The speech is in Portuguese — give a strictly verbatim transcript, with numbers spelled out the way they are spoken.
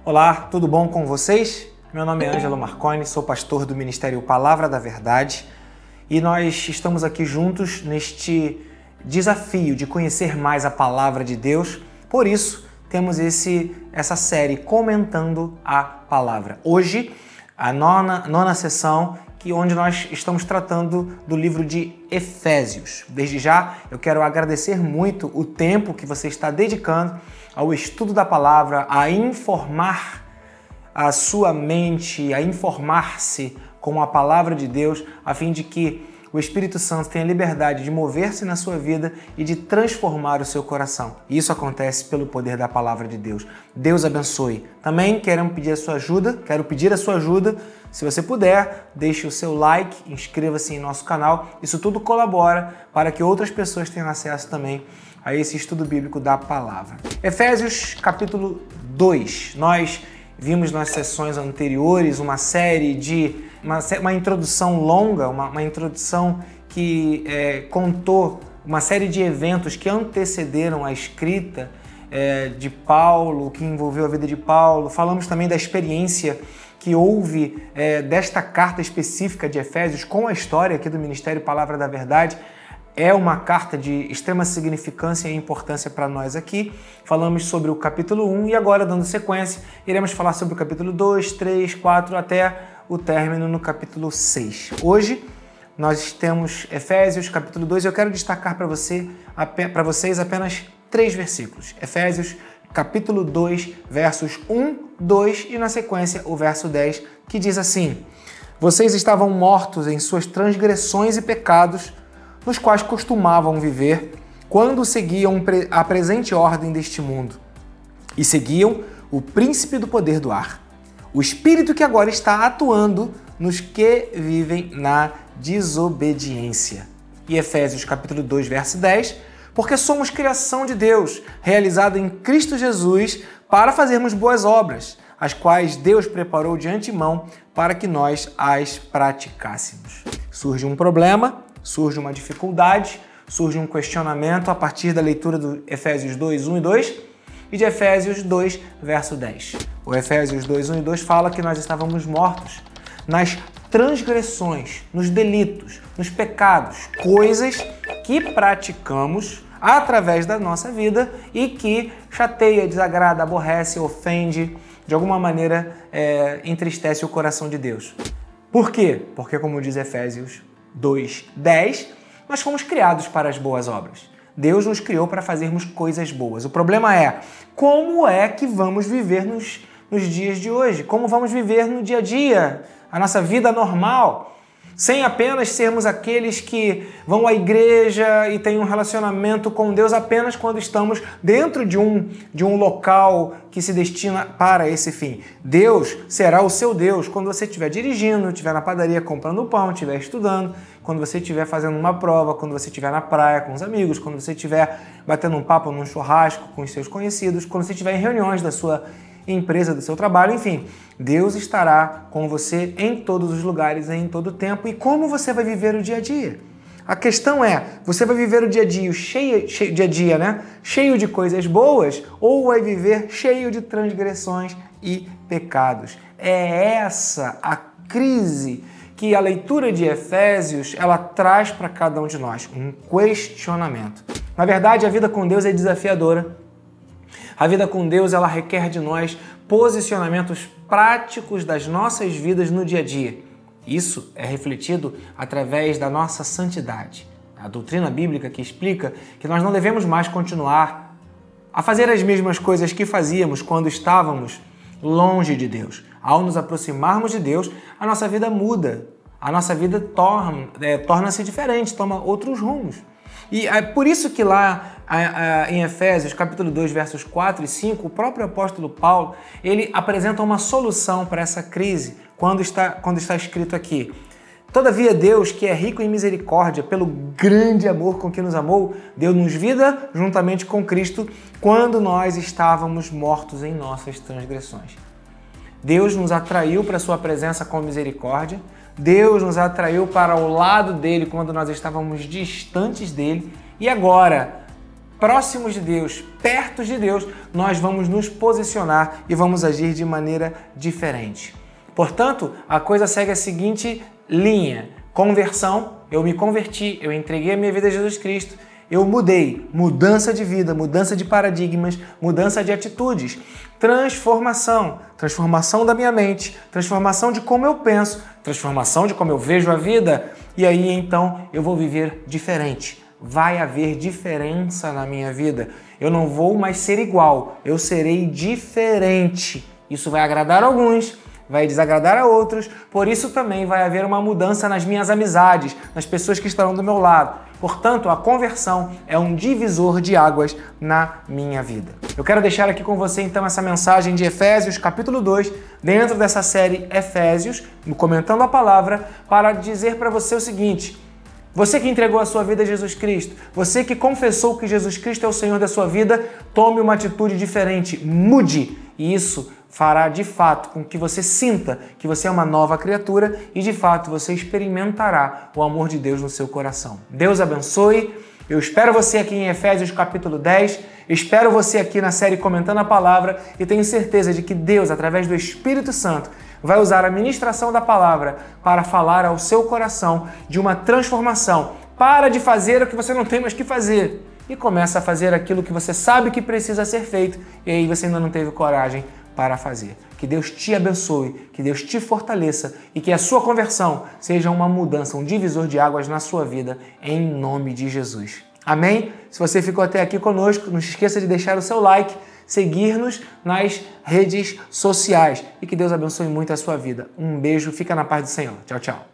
Olá, tudo bom com vocês? Meu nome é Ângelo Marconi, sou pastor do Ministério Palavra da Verdade e nós estamos aqui juntos neste desafio de conhecer mais a Palavra de Deus. Por isso, temos esse, essa série Comentando a Palavra. Hoje, a nona, nona sessão, que, onde nós estamos tratando do livro de Efésios. Desde já, eu quero agradecer muito o tempo que você está dedicando ao estudo da palavra, a informar a sua mente, a informar-se com a palavra de Deus, a fim de que o Espírito Santo tenha liberdade de mover-se na sua vida e de transformar o seu coração. E isso acontece pelo poder da palavra de Deus. Deus abençoe. Também queremos pedir a sua ajuda, quero pedir a sua ajuda. Se você puder, deixe o seu like, inscreva-se em nosso canal. Isso tudo colabora para que outras pessoas tenham acesso também a esse estudo bíblico da palavra. Efésios capítulo dois. Nós vimos nas sessões anteriores uma série de... uma, uma introdução longa, uma, uma introdução que é, contou uma série de eventos que antecederam a escrita é, de Paulo, que envolveu a vida de Paulo. Falamos também da experiência que houve é, desta carta específica de Efésios com a história aqui do Ministério Palavra da Verdade. É uma carta de extrema significância e importância para nós aqui. Falamos sobre o capítulo um e agora, dando sequência, iremos falar sobre o capítulo dois, três, quatro até o término no capítulo seis. Hoje nós temos Efésios capítulo dois e eu quero destacar para você, para vocês apenas três versículos. Efésios capítulo dois, versos um, dois e na sequência o verso dez, que diz assim: Vocês estavam mortos em suas transgressões e pecados, nos quais costumavam viver quando seguiam a presente ordem deste mundo e seguiam o príncipe do poder do ar, o espírito que agora está atuando nos que vivem na desobediência. E Efésios capítulo dois, verso dez, porque somos criação de Deus, realizada em Cristo Jesus, para fazermos boas obras, as quais Deus preparou de antemão para que nós as praticássemos. Surge um problema, surge uma dificuldade, surge um questionamento a partir da leitura do Efésios dois, um e dois e de Efésios dois, verso dez. O Efésios dois, um e dois fala que nós estávamos mortos nas transgressões, nos delitos, nos pecados, coisas que praticamos através da nossa vida e que chateia, desagrada, aborrece, ofende, de alguma maneira é, entristece o coração de Deus. Por quê? Porque, como diz Efésios dois, dez, nós fomos criados para as boas obras. Deus nos criou para fazermos coisas boas. O problema é, como é que vamos viver nos, nos dias de hoje? Como vamos viver no dia a dia, a nossa vida normal, sem apenas sermos aqueles que vão à igreja e têm um relacionamento com Deus apenas quando estamos dentro de um, de um local que se destina para esse fim. Deus será o seu Deus quando você estiver dirigindo, estiver na padaria comprando pão, estiver estudando, quando você estiver fazendo uma prova, quando você estiver na praia com os amigos, quando você estiver batendo um papo num churrasco com os seus conhecidos, quando você estiver em reuniões da sua empresa, do seu trabalho, enfim. Deus estará com você em todos os lugares, em todo o tempo. E como você vai viver o dia a dia? A questão é, você vai viver o dia a dia cheio, cheio, dia a dia, né? cheio de coisas boas ou vai viver cheio de transgressões e pecados? É essa a crise que a leitura de Efésios ela traz para cada um de nós, um questionamento. Na verdade, a vida com Deus é desafiadora. A vida com Deus, ela requer de nós posicionamentos práticos das nossas vidas no dia a dia. Isso é refletido através da nossa santidade. A doutrina bíblica que explica que nós não devemos mais continuar a fazer as mesmas coisas que fazíamos quando estávamos longe de Deus. Ao nos aproximarmos de Deus, a nossa vida muda. A nossa vida torna, é, torna-se diferente, toma outros rumos. E é por isso que lá em Efésios, capítulo dois, versos quatro e cinco, o próprio apóstolo Paulo, ele apresenta uma solução para essa crise, quando está, quando está escrito aqui: Todavia Deus, que é rico em misericórdia, pelo grande amor com que nos amou, deu-nos vida juntamente com Cristo, quando nós estávamos mortos em nossas transgressões. Deus nos atraiu para a sua presença com misericórdia, Deus nos atraiu para o lado dele quando nós estávamos distantes dele, e agora, próximos de Deus, perto de Deus, nós vamos nos posicionar e vamos agir de maneira diferente. Portanto, a coisa segue a seguinte linha: conversão, eu me converti, eu entreguei a minha vida a Jesus Cristo, eu mudei, mudança de vida, mudança de paradigmas, mudança de atitudes, transformação, transformação da minha mente, transformação de como eu penso, transformação de como eu vejo a vida, e aí então eu vou viver diferente. Vai haver diferença na minha vida. Eu não vou mais ser igual, eu serei diferente. Isso vai agradar a alguns, vai desagradar a outros, por isso também vai haver uma mudança nas minhas amizades, nas pessoas que estarão do meu lado. Portanto, a conversão é um divisor de águas na minha vida. Eu quero deixar aqui com você então essa mensagem de Efésios capítulo dois, dentro dessa série Efésios, comentando a palavra, para dizer para você o seguinte: você que entregou a sua vida a Jesus Cristo, você que confessou que Jesus Cristo é o Senhor da sua vida, tome uma atitude diferente, mude, e isso fará de fato com que você sinta que você é uma nova criatura e de fato você experimentará o amor de Deus no seu coração. Deus abençoe. Eu espero você aqui em Efésios capítulo dez, espero você aqui na série Comentando a Palavra e tenho certeza de que Deus, através do Espírito Santo, vai usar a ministração da palavra para falar ao seu coração de uma transformação. Para de fazer o que você não tem mais que fazer e começa a fazer aquilo que você sabe que precisa ser feito e aí você ainda não teve coragem para fazer. Que Deus te abençoe, que Deus te fortaleça e que a sua conversão seja uma mudança, um divisor de águas na sua vida, em nome de Jesus. Amém? Se você ficou até aqui conosco, não se esqueça de deixar o seu like, seguir-nos nas redes sociais e que Deus abençoe muito a sua vida. Um beijo, fica na paz do Senhor. Tchau, tchau.